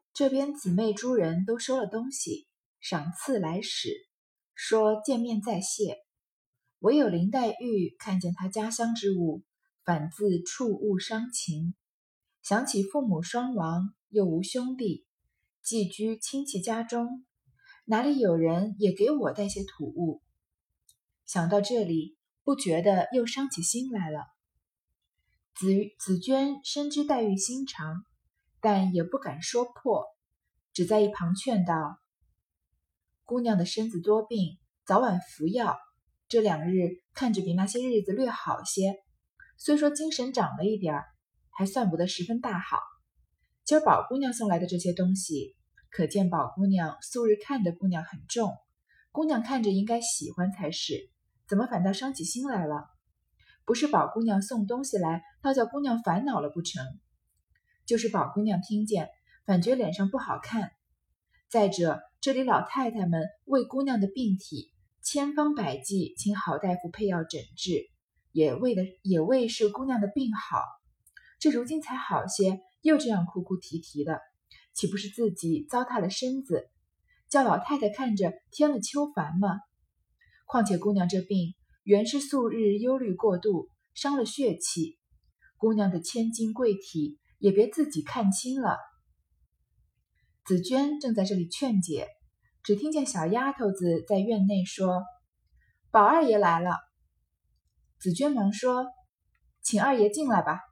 这边姊妹诸人都收了东西，赏赐来使，说见面再谢。唯有林黛玉看见她家乡之物，反自触物伤情，想起父母双亡，又无兄弟，寄居亲戚家中，哪里有人也给我带些土物。想到这里，不觉得又伤起心来了。紫娟深知黛玉心肠，但也不敢说破，只在一旁劝道：姑娘的身子多病，早晚服药，这2日看着比那些日子略好些，虽说精神长了一点儿，还算不得十分大好。今儿宝姑娘送来的这些东西，可见宝姑娘素日看的姑娘很重，姑娘看着应该喜欢才是，怎么反倒伤起心来了？不是宝姑娘送东西来，倒叫姑娘烦恼了不成？就是宝姑娘听见，反觉脸上不好看。再者，这里老太太们为姑娘的病体，千方百计请好大夫配药诊治，也为是姑娘的病好。这如今才好些，又这样哭哭啼啼的，岂不是自己糟蹋了身子，叫老太太看着添了秋烦吗？况且姑娘这病原是素日忧虑过度，伤了血气，姑娘的千金贵体也别自己看轻了。紫娟正在这里劝解，只听见小丫头子在院内说：宝二爷来了。紫娟忙说：请二爷进来吧。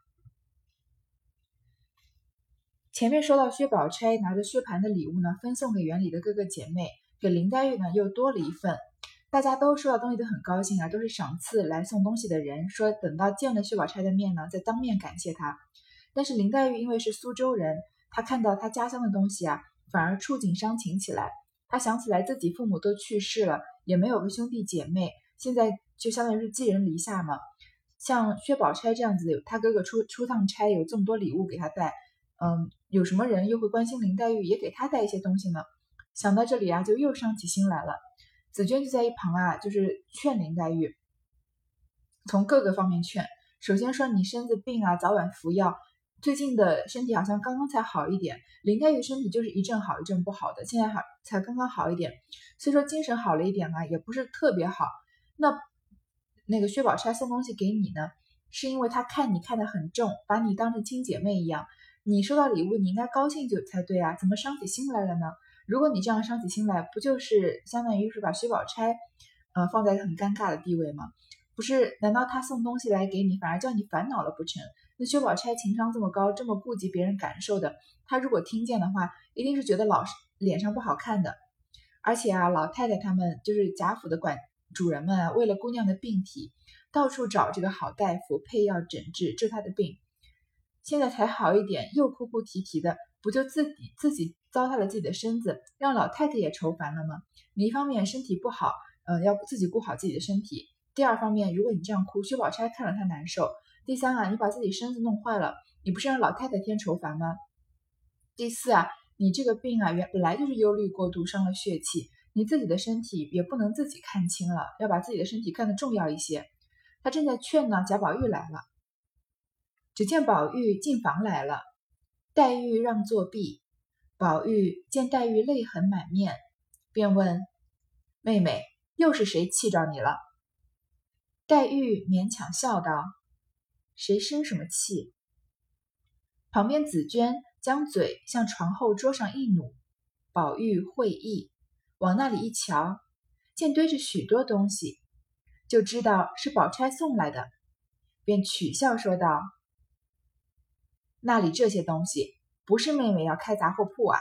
前面说到薛宝钗拿着薛蟠的礼物呢，分送给园里的哥哥姐妹，给林黛玉呢又多了一份。大家都收到东西都很高兴啊，都是赏赐来送东西的人，说等到见了薛宝钗的面呢，再当面感谢她。但是林黛玉因为是苏州人，她看到她家乡的东西啊，反而触景伤情起来。她想起来自己父母都去世了，也没有个兄弟姐妹，现在就相当于是寄人篱下嘛。像薛宝钗这样子，她哥哥出趟差，有这么多礼物给她带，有什么人又会关心林黛玉，也给她带一些东西呢？想到这里啊，就又伤起心来了。紫娟就在一旁啊，就是劝林黛玉，从各个方面劝。首先说你身子病啊，早晚服药，最近的身体好像刚刚才好一点。林黛玉身体就是一阵好一阵不好的，现在才刚刚好一点，虽说精神好了一点啊，也不是特别好。那个薛宝钗送东西给你呢，是因为她看你看得很重，把你当成亲姐妹一样，你收到礼物你应该高兴就才对啊，怎么伤起心来了呢？如果你这样伤起心来，不就是相当于是把薛宝钗放在很尴尬的地位吗？不是，难道她送东西来给你，反而叫你烦恼了不成？那薛宝钗情商这么高，这么顾及别人感受的，她如果听见的话，一定是觉得脸上不好看的。而且啊，老太太他们就是贾府的主人们啊，为了姑娘的病体，到处找这个好大夫配药诊治，治她的病。现在才好一点，又哭哭啼啼的，不就自己糟蹋了自己的身子，让老太太也愁烦了吗？你一方面身体不好，要自己顾好自己的身体；第二方面，如果你这样哭，薛宝钗看了她难受；第三啊，你把自己身子弄坏了，你不是让老太太添愁烦吗？第四啊，你这个病啊，本来就是忧虑过度，伤了血气，你自己的身体也不能自己看轻了，要把自己的身体看得重要一些。他正在劝呢，贾宝玉来了。只见宝玉进房来了，黛玉让座避。宝玉见黛玉泪痕满面，便问：妹妹，又是谁气着你了？黛玉勉强笑道：谁生什么气？旁边紫娟将嘴向床后桌上一努，宝玉会意，往那里一瞧，见堆着许多东西，就知道是宝钗送来的，便取笑说道：那里这些东西，不是妹妹要开杂货铺啊？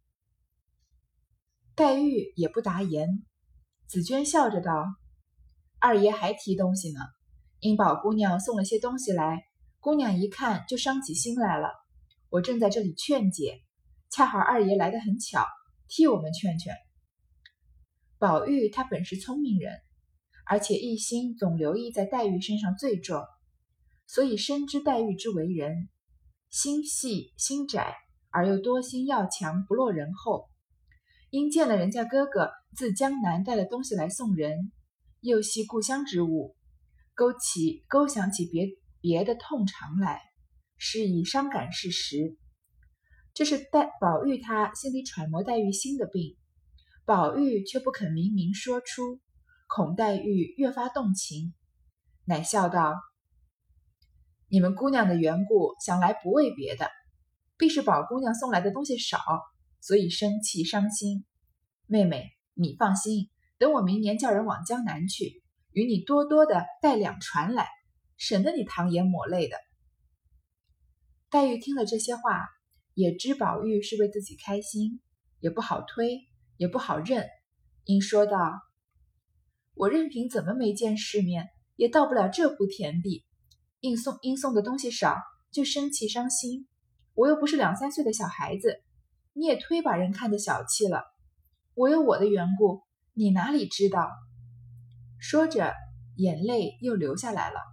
黛玉也不答言。紫娟笑着道：二爷还提东西呢，因宝姑娘送了些东西来，姑娘一看就伤起心来了。我正在这里劝解，恰好二爷来得很巧，替我们劝劝。宝玉他本是聪明人，而且一心总留意在黛玉身上最重，所以深知黛玉之为人，心细心窄，而又多心要强，不落人后。因见了人家哥哥自江南带了东西来送人，又系故乡之物，勾想起别的痛肠来，是以伤感事实。 这是宝玉他心里揣摩黛玉心的病，宝玉却不肯明明说出，恐黛玉越发动情，乃笑道：你们姑娘的缘故，想来不为别的，必是宝姑娘送来的东西少，所以生气伤心。妹妹，你放心，等我明年叫人往江南去，与你多多的带2船来，省得你淌眼抹泪的。黛玉听了这些话，也知宝玉是为自己开心，也不好推，也不好认，因说道：我任凭怎么没见世面，也到不了这步田地，因送的东西少，就生气伤心。我又不是2、3岁的小孩子，你也忒把人看得小气了。我有我的缘故，你哪里知道？说着，眼泪又流下来了。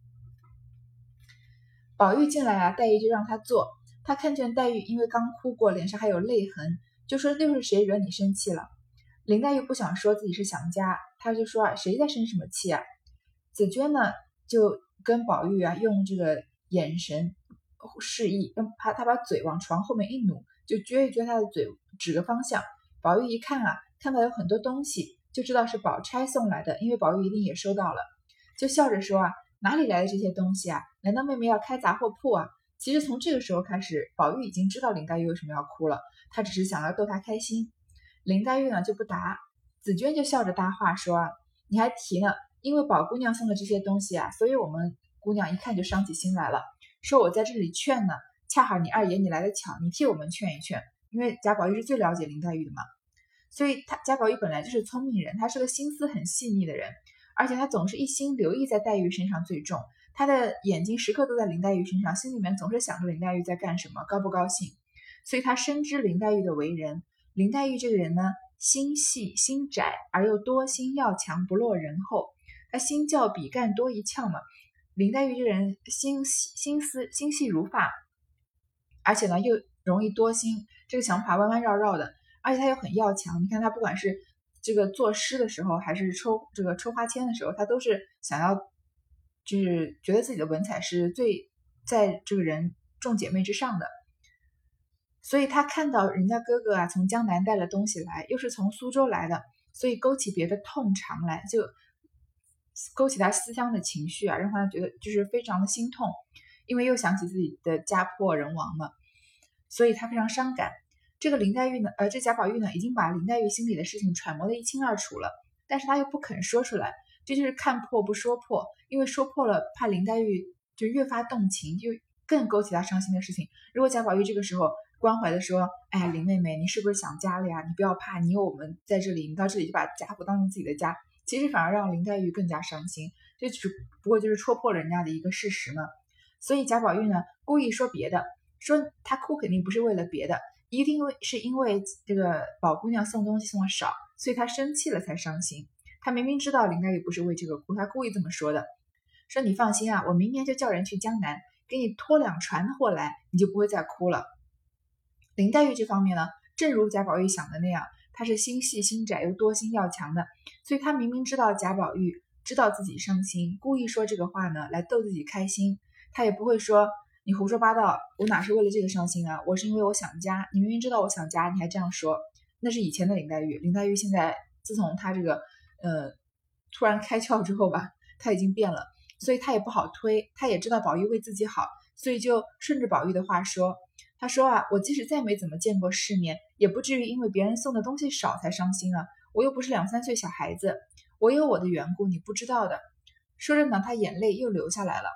宝玉进来啊，黛玉就让他坐。他看见黛玉因为刚哭过，脸上还有泪痕，就说又是谁惹你生气了？林黛玉不想说自己是想家，他就说谁在生什么气啊？紫娟呢就跟宝玉啊用这个眼神示意，他把嘴往床后面一努，就撅一撅他的嘴，指个方向。宝玉一看啊，看到有很多东西，就知道是宝钗送来的，因为宝玉一定也收到了，就笑着说啊，哪里来的这些东西啊？难道妹妹要开杂货铺啊？其实从这个时候开始，宝玉已经知道林黛玉为什么要哭了，他只是想要逗她开心。林黛玉呢就不答，紫娟就笑着搭话说啊，你还提呢，因为宝姑娘送的这些东西啊，所以我们姑娘一看就伤起心来了，说我在这里劝呢，恰好你二爷你来得巧，你替我们劝一劝，因为贾宝玉是最了解林黛玉的嘛，所以贾宝玉本来就是聪明人，他是个心思很细腻的人，而且他总是一心留意在黛玉身上最重，他的眼睛时刻都在林黛玉身上，心里面总是想着林黛玉在干什么，高不高兴，所以他深知林黛玉的为人。林黛玉这个人呢，心细心窄而又多心要强，不落人后，他心较比干多一窍嘛。林黛玉这个人心细如发，而且呢又容易多心，这个想法弯弯绕绕的，而且他又很要强。你看他不管是这个作诗的时候，还是抽花签的时候，他都是想要，就是觉得自己的文采是最在这个人众姐妹之上的。所以他看到人家哥哥啊从江南带了东西来，又是从苏州来的，所以勾起别的痛肠来，就勾起他思乡的情绪啊，让他觉得就是非常的心痛，因为又想起自己的家破人亡嘛，所以他非常伤感。这个林黛玉呢，这贾宝玉呢，已经把林黛玉心里的事情揣摩得一清二楚了，但是他又不肯说出来，这就是看破不说破，因为说破了，怕林黛玉就越发动情，就更勾起他伤心的事情。如果贾宝玉这个时候关怀的说，哎呀，林妹妹，你是不是想家了呀？你不要怕，你有我们在这里，你到这里就把贾府当成自己的家，其实反而让林黛玉更加伤心，这只不过就是戳破人家的一个事实嘛。所以贾宝玉呢，故意说别的，说他哭肯定不是为了别的，一定是因为这个宝姑娘送东西送的少，所以他生气了才伤心。他明明知道林黛玉不是为这个哭，他故意这么说的，说你放心啊，我明年就叫人去江南，给你拖2船货来，你就不会再哭了。林黛玉这方面呢，正如贾宝玉想的那样，她是心细心窄又多心要强的，所以她明明知道贾宝玉知道自己伤心，故意说这个话呢来逗自己开心，她也不会说你胡说八道，我哪是为了这个伤心啊，我是因为我想家，你明明知道我想家，你还这样说，那是以前的林黛玉。林黛玉现在自从她这个突然开窍之后吧，她已经变了，所以她也不好推，她也知道宝玉为自己好，所以就顺着宝玉的话说，他说啊，我即使再没怎么见过世面，也不至于因为别人送的东西少才伤心啊，我又不是2、3岁小孩子，我有我的缘故，你不知道的。说着呢，他眼泪又流下来了。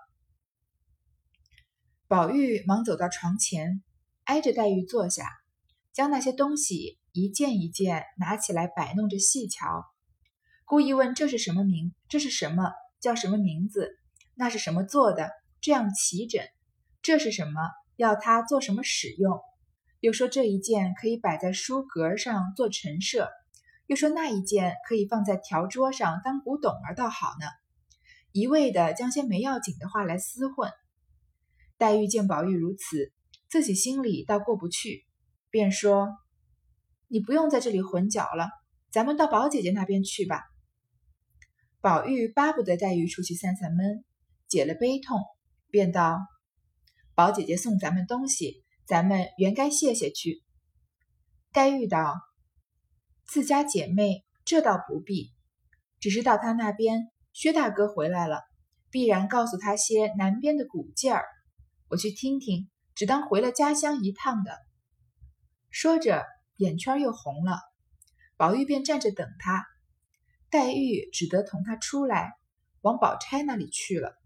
宝玉忙走到床前，挨着黛玉坐下，将那些东西一件一件拿起来摆弄着细瞧，故意问这是什么名，这是什么，叫什么名字，那是什么做的，这样齐整，这是什么，要它做什么使用，又说这一件可以摆在书格上做陈设，又说那一件可以放在条桌上当古董儿倒好呢，一味的将些没要紧的话来厮混。黛玉见宝玉如此，自己心里倒过不去，便说，你不用在这里混搅了，咱们到宝姐姐那边去吧。宝玉巴不得黛玉出去散散闷，解了悲痛，便道，宝姐姐送咱们东西， 咱们原该谢谢去。黛玉道：自家姐妹，这倒不必，只是到他那边，薛大哥回来了，必然告诉他些南边的古劲儿，我去听听，只当回了家乡一趟的。说着，眼圈又红了。宝玉便站着等他，黛玉只得同他出来，往宝钗那里去了。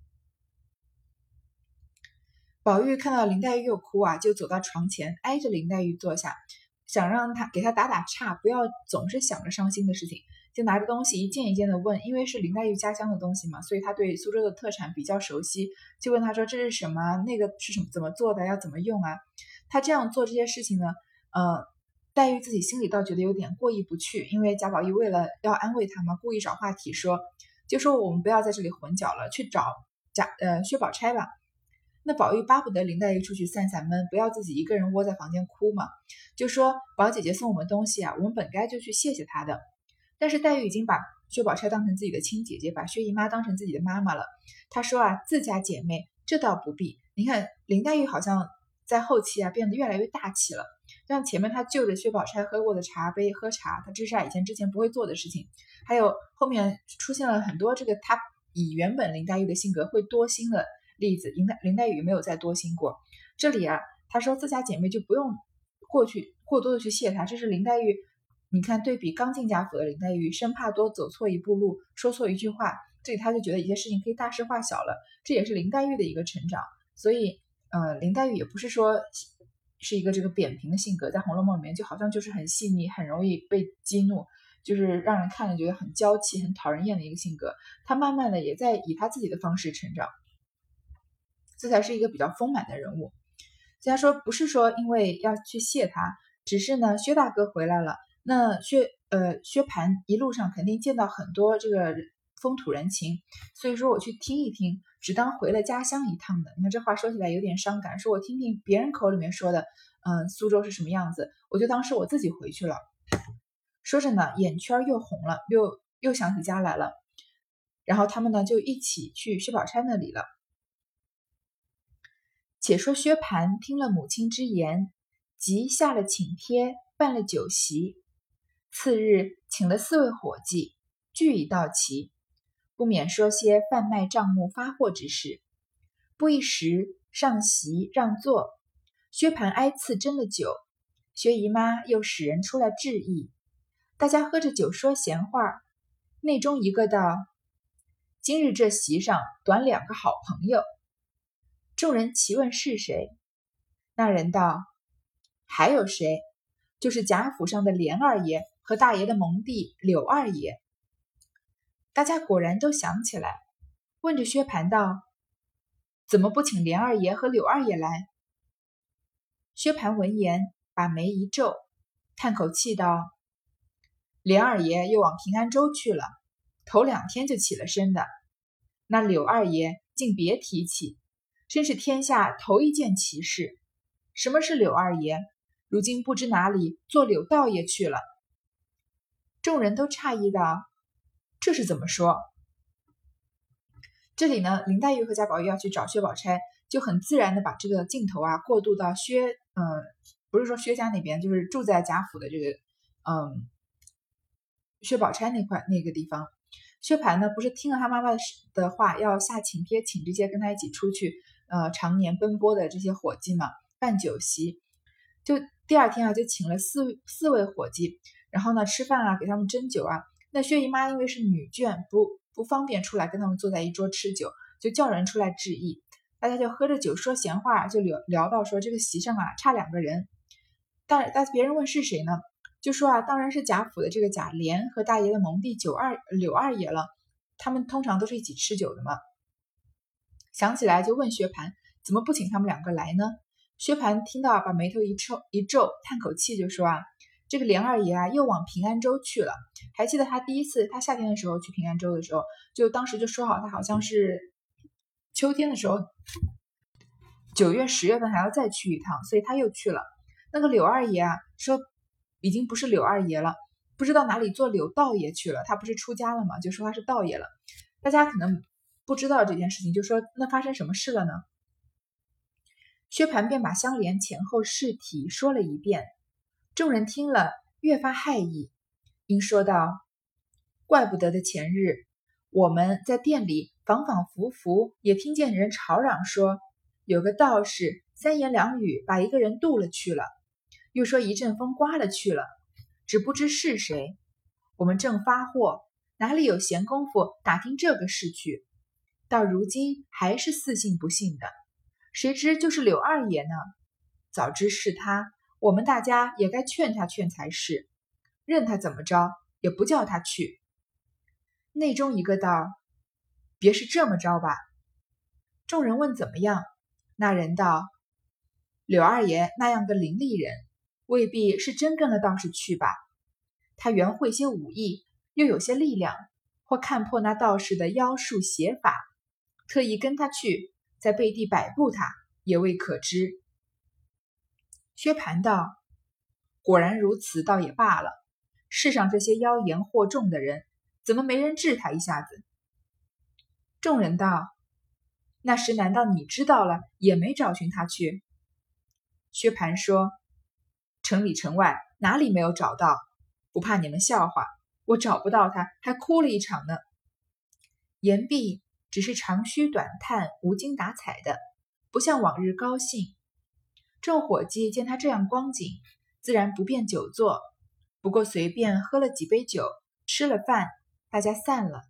宝玉看到林黛玉又哭啊，就走到床前，挨着林黛玉坐下，想让她给她打打岔，不要总是想着伤心的事情，就拿着东西一件一件的问，因为是林黛玉家乡的东西嘛，所以他对苏州的特产比较熟悉，就问他说这是什么，那个是什么，怎么做的，要怎么用啊？他这样做这些事情呢，黛玉自己心里倒觉得有点过意不去，因为贾宝玉为了要安慰她嘛，故意找话题说，就说我们不要在这里混搅了，去找薛宝钗吧。那宝玉巴不得林黛玉出去散散闷，不要自己一个人窝在房间哭嘛，就说宝姐姐送我们东西啊，我们本该就去谢谢她的。但是黛玉已经把薛宝钗当成自己的亲姐姐，把薛姨妈当成自己的妈妈了。她说啊，自家姐妹，这倒不必。你看林黛玉好像在后期啊变得越来越大气了，像前面她就着薛宝钗喝过的茶杯喝茶，她这是之前不会做的事情，还有后面出现了很多这个她以原本林黛玉的性格会多心的例子，林黛玉没有再多心过。这里啊，她说自家姐妹就不用过多的去谢她，这是林黛玉，你看对比刚进贾府的林黛玉，生怕多走错一步路，说错一句话，这里她就觉得一些事情可以大事化小了，这也是林黛玉的一个成长。所以林黛玉也不是说是一个这个扁平的性格，在《红楼梦》里面就好像就是很细腻，很容易被激怒，就是让人看了觉得很娇气、很讨人厌的一个性格。她慢慢的也在以她自己的方式成长，这才是一个比较丰满的人物。所以他说不是说因为要去谢他，只是呢薛大哥回来了，那薛蟠一路上肯定见到很多这个风土人情，所以说我去听一听，只当回了家乡一趟的。你看这话说起来有点伤感，说我听听别人口里面说的，苏州是什么样子，我就当是我自己回去了。说着呢，眼圈又红了，又想起家来了。然后他们呢就一起去薛宝钗那里了。且说薛蟠听了母亲之言，即下了请帖，办了酒席。次日请了4位伙计，俱已到齐，不免说些贩卖账目发货之事。不一时，上席让座，薛蟠挨次斟了酒，薛姨妈又使人出来致意，大家喝着酒说闲话。内中一个道：今日这席上短2个好朋友。众人齐问是谁，那人道：还有谁？就是贾府上的连二爷和大爷的蒙弟柳二爷。大家果然都想起来，问着薛蟠道：怎么不请连二爷和柳二爷来？薛蟠闻言，把眉一皱，叹口气道：连二爷又往平安州去了，头2天就起了身的。那柳二爷竟别提起，真是天下头一件奇事。什么是柳二爷？如今不知哪里做柳道爷去了。众人都诧异道：这是怎么说？这里呢，林黛玉和贾宝玉要去找薛宝钗，就很自然的把这个镜头啊过渡到不是说薛家那边，就是住在贾府的这个薛宝钗那个地方。薛蟠呢，不是听了他妈妈的话，要下请帖请这些跟他一起出去常年奔波的这些伙计嘛，办酒席。就第2天啊，就请了四位伙计，然后呢吃饭啊，给他们斟酒啊。那薛姨妈因为是女眷，不方便出来跟他们坐在一桌吃酒，就叫人出来致意。大家就喝着酒说闲话，就聊到说这个席上啊差2个人。但别人问是谁呢？就说啊，当然是贾府的这个贾琏和大爷的蒙弟柳二爷了，他们通常都是一起吃酒的嘛。想起来就问薛蟠，怎么不请他们2个来呢？薛蟠听到把眉头一皱，叹口气就说啊，这个连二爷啊又往平安州去了。还记得他第一次他夏天的时候去平安州的时候，就当时就说好他好像是秋天的时候9月10月份还要再去一趟，所以他又去了。那个柳二爷啊说已经不是柳二爷了，不知道哪里做柳道爷去了，他不是出家了吗？就说他是道爷了。大家可能不知道这件事情，就说那发生什么事了呢？ 薛蟠便把香莲前后事体说了一遍，众人听了越发骇异，因说道：怪不得的前日我们在店里反反复复也听见人吵嚷说，有个道士三言两语把一个人渡了去了，又说一阵风刮了去了，只不知是谁。我们正发货，哪里有闲工夫打听这个事去，到如今还是似信不信的。谁知就是柳二爷呢？早知是他，我们大家也该劝他劝才是，任他怎么着，也不叫他去。内中一个道：别是这么着吧。众人问怎么样，那人道：柳二爷那样个伶俐人，未必是真跟了道士去吧？他原会些武艺，又有些力量，或看破那道士的妖术邪法，特意跟他去，在背地摆布他，也未可知。薛蟠道：果然如此，倒也罢了。世上这些妖言惑众的人，怎么没人治他一下子？众人道：那时难道你知道了，也没找寻他去？薛蟠说：城里城外哪里没有找到？不怕你们笑话，我找不到他，还哭了一场呢。言毕，只是长吁短叹，无精打采的，不像往日高兴。众伙计见他这样光景，自然不便久坐，不过随便喝了几杯酒，吃了饭，大家散了。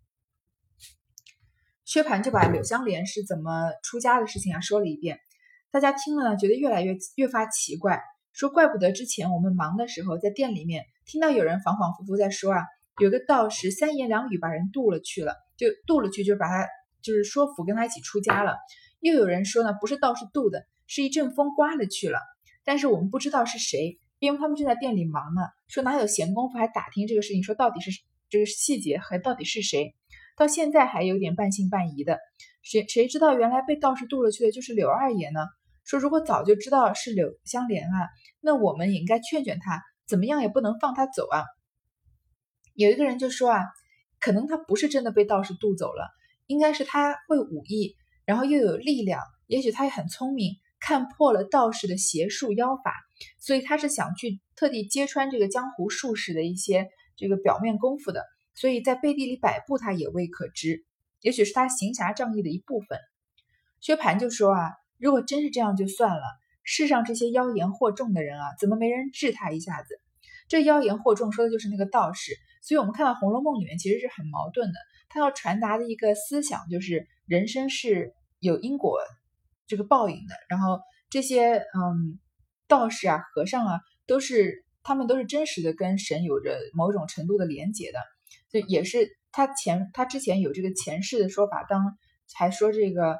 薛蟠就把柳湘莲是怎么出家的事情说了一遍，大家听了觉得越发奇怪，说怪不得之前我们忙的时候在店里面听到有人反反复复在说有个道士三言两语把人渡了去了，就渡了去就是把他就是说服跟他一起出家了。又有人说呢，不是道士渡的，是一阵风刮了去了，但是我们不知道是谁，因为他们正在店里忙呢，说哪有闲工夫还打听这个事情，说到底是这个细节和到底是谁，到现在还有点半信半疑的。谁知道原来被道士渡了去的就是柳二爷呢？说如果早就知道是柳湘莲那我们也应该劝劝他，怎么样也不能放他走有一个人就说可能他不是真的被道士渡走了，应该是他会武艺，然后又有力量，也许他也很聪明，看破了道士的邪术妖法，所以他是想去特地揭穿这个江湖术士的一些这个表面功夫的，所以在背地里摆布他也未可知，也许是他行侠仗义的一部分。薛蟠就说如果真是这样就算了，世上这些妖言惑众的人怎么没人治他一下子？这妖言惑众说的就是那个道士，所以我们看到《红楼梦》里面其实是很矛盾的，他要传达的一个思想就是人生是有因果这个报应的，然后这些道士和尚他们都是真实的跟神有着某种程度的连结的，所以也是他之前有这个前世的说法，还说这个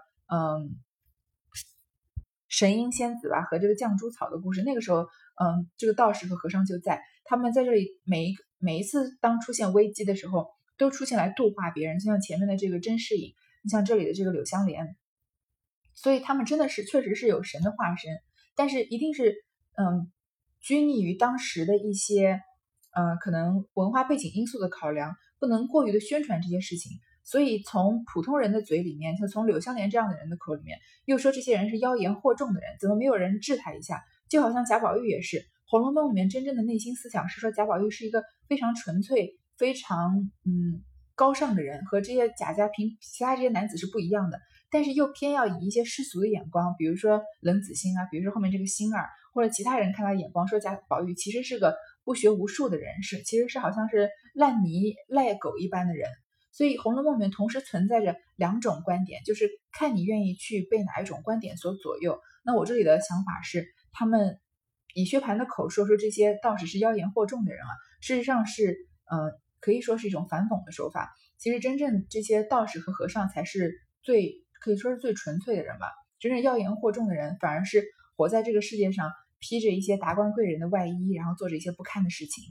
神瑛仙子和这个绛珠草的故事，那个时候这个道士和和尚就在，他们在这里每一次当出现危机的时候，都出现来度化别人，就像前面的这个甄士隐，你像这里的这个柳湘莲，所以他们真的是确实是有神的化身，但是一定是拘泥于当时的一些可能文化背景因素的考量，不能过于的宣传这些事情。所以从普通人的嘴里面，就从柳湘莲这样的人的口里面，又说这些人是妖言惑众的人，怎么没有人治他一下？就好像贾宝玉也是，《红楼梦》里面真正的内心思想是说贾宝玉是一个非常纯粹、非常高尚的人，和这些贾家平其他这些男子是不一样的，但是又偏要以一些世俗的眼光，比如说冷子兴比如说后面这个星儿，或者其他人看他眼光，说贾宝玉其实是个不学无术的人，其实是好像是烂泥赖狗一般的人。所以《红楼梦》里面同时存在着两种观点，就是看你愿意去被哪一种观点所左右。那我这里的想法是，他们以薛蟠的口说这些道士是妖言惑众的人事实上是可以说是一种反讽的手法。其实真正这些道士和和尚才是可以说是最纯粹的人吧。真正妖言惑众的人，反而是活在这个世界上，披着一些达官贵人的外衣，然后做着一些不堪的事情。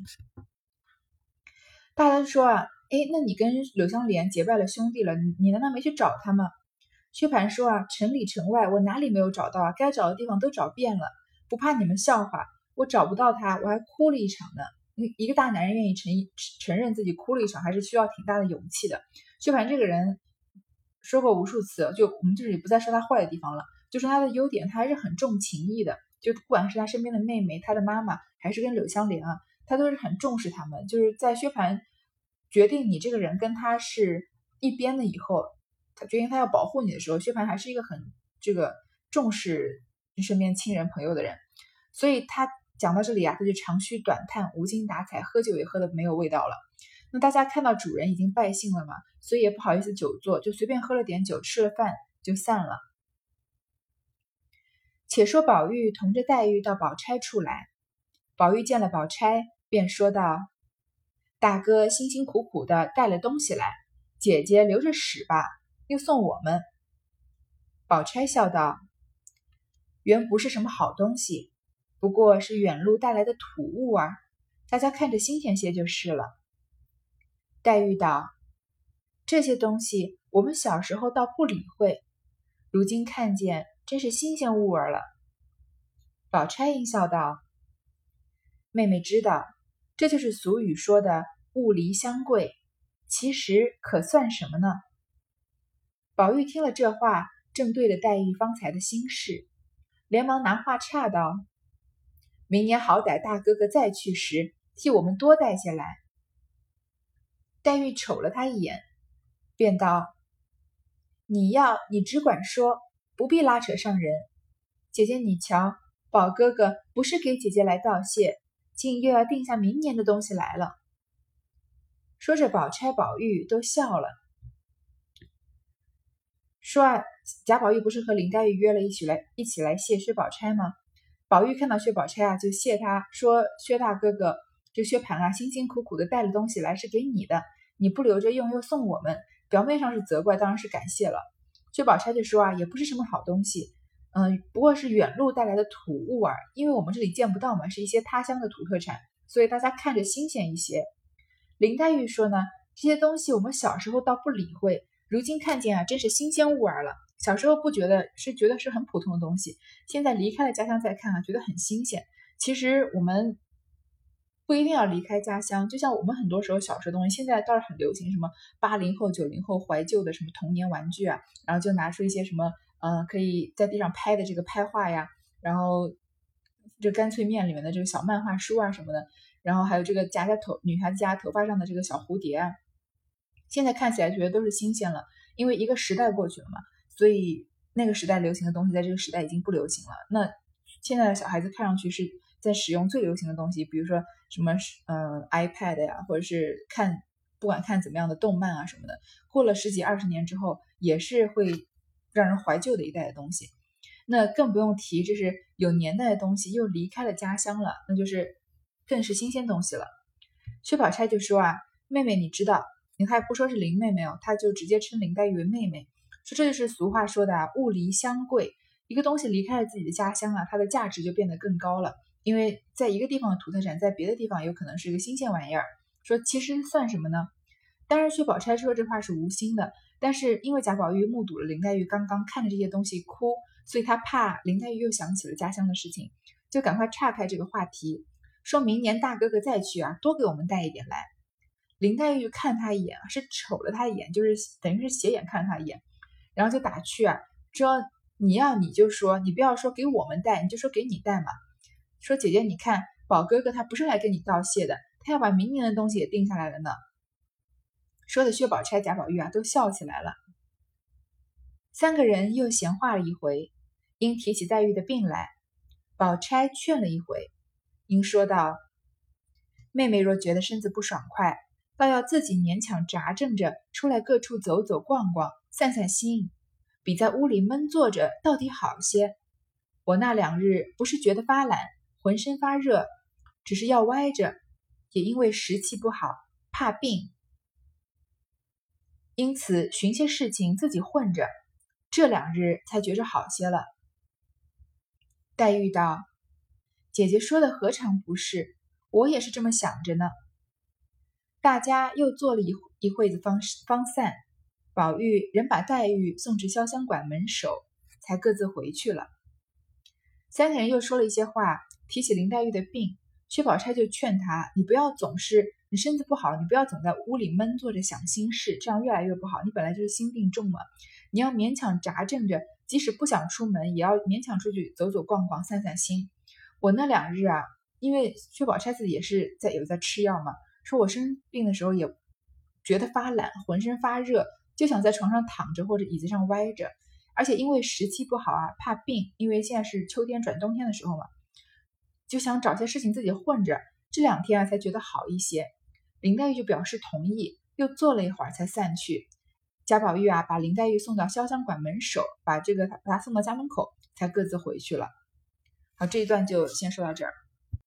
大家就说那你跟柳湘莲结拜了兄弟了，你难道没去找他吗？薛蟠说城里城外我哪里没有找到该找的地方都找遍了，不怕你们笑话，我找不到他，我还哭了一场呢。一个大男人愿意承认自己哭了一场，还是需要挺大的勇气的。薛蟠这个人说过无数次，就我们这里不再说他坏的地方了， 就说他的优点，他还是很重情义的。就不管是他身边的妹妹、他的妈妈，还是跟柳湘莲啊，他都是很重视他们。就是在薛蟠决定你这个人跟他是一边的以后，他决定他要保护你的时候，薛蟠还是一个很重视身边亲人朋友的人。所以他讲到这里啊，他就长吁短叹，无精打采，喝酒也喝的没有味道了。那大家看到主人已经败兴了嘛，所以也不好意思久坐，就随便喝了点酒，吃了饭就散了。且说宝玉同着黛玉到宝钗处来，宝玉见了宝钗，便说道：“大哥辛辛苦苦的带了东西来，姐姐留着使吧，又送我们。”宝钗笑道：“原不是什么好东西，不过是远路带来的土物啊，大家看着新鲜些就是了。”黛玉道：“这些东西我们小时候倒不理会，如今看见真是新鲜物儿了。”宝钗应笑道：“妹妹知道，这就是俗语说的物离相贵，其实可算什么呢？”宝玉听了这话，正对着黛玉方才的心事，连忙拿话岔道：“明年好歹大哥哥再去时，替我们多带些来。”黛玉瞅了他一眼，便道：“你要你只管说，不必拉扯上人。姐姐你瞧，宝哥哥不是给姐姐来道谢，竟又要定下明年的东西来了。”说着，宝钗、宝玉都笑了。说啊，贾宝玉不是和林黛玉约了一起来谢薛宝钗吗？宝玉看到薛宝钗啊，就谢他说：“薛大哥哥，这薛蟠啊，辛辛苦苦的带了东西来是给你的，你不留着用又送我们，表面上是责怪，当然是感谢了。”薛宝钗就说啊，也不是什么好东西，不过是远路带来的土物儿，因为我们这里见不到嘛，是一些他乡的土特产，所以大家看着新鲜一些。林黛玉说呢，这些东西我们小时候倒不理会，如今看见啊，真是新鲜物儿了。小时候不觉得觉得是很普通的东西，现在离开了家乡再看啊，觉得很新鲜。其实我们不一定要离开家乡，就像我们很多时候小时候东西，现在倒是很流行什么80后、90后怀旧的什么童年玩具啊，然后就拿出一些什么可以在地上拍的这个拍画呀，然后这干脆面里面的这个小漫画书啊什么的，然后还有这个夹在女孩子夹头发上的这个小蝴蝶啊，现在看起来觉得都是新鲜了，因为一个时代过去了嘛，所以那个时代流行的东西在这个时代已经不流行了。那现在的小孩子看上去是在使用最流行的东西，比如说什么iPad 呀，或者是不管看怎么样的动漫啊什么的，过了10几20年之后，也是会让人怀旧的一代的东西。那更不用提，这是有年代的东西又离开了家乡了，那就是更是新鲜东西了。薛宝钗就说啊，妹妹你知道，你看不说是林妹妹哦，她就直接称林黛玉为妹妹，说这就是俗话说的啊，物离乡贵，一个东西离开了自己的家乡啊，它的价值就变得更高了。因为在一个地方的土特产，在别的地方有可能是一个新鲜玩意儿。说其实算什么呢？当然薛宝钗说这话是无心的，但是因为贾宝玉目睹了林黛玉刚刚看着这些东西哭，所以他怕林黛玉又想起了家乡的事情，就赶快岔开这个话题，说明年大哥哥再去啊，多给我们带一点来。林黛玉看他一眼啊，是瞅了他一眼，就是等于是斜眼看了他一眼，然后就打趣啊，说你就说，你不要说给我们带，你就说给你带嘛。说姐姐你看，宝哥哥他不是来跟你道谢的，他要把明年的东西也定下来了呢。说的薛宝钗、贾宝玉啊都笑起来了。三个人又闲话了一回，因提起黛玉的病来，宝钗劝了一回，因说道：“妹妹若觉得身子不爽快，倒要自己勉强扎正着出来各处走走逛逛，散散心，比在屋里闷坐着到底好些。我那2日不是觉得发懒，浑身发热，只是要歪着，也因为时气不好，怕病，因此寻些事情自己混着，这2日才觉着好些了。”黛玉道：“姐姐说的何尝不是，我也是这么想着呢。”大家又坐了一会子方散，宝玉仍把黛玉送至潇湘馆门首，才各自回去了。三个人又说了一些话，提起林黛玉的病，薛宝钗就劝她，你不要总是你身子不好，你不要总在屋里闷坐着想心事，这样越来越不好，你本来就是心病重嘛，你要勉强扎正着即使不想出门，也要勉强出去走走逛逛，散散心。我那2日啊，因为薛宝钗自己也是有在吃药嘛，说我生病的时候也觉得发懒，浑身发热，就想在床上躺着或者椅子上歪着。而且因为时期不好啊，怕病，因为现在是秋天转冬天的时候嘛，就想找些事情自己混着。这2天啊才觉得好一些。林黛玉就表示同意，又坐了一会儿才散去。贾宝玉啊把林黛玉送到潇湘馆门首，把她送到家门口，才各自回去了。好，这一段就先说到这儿。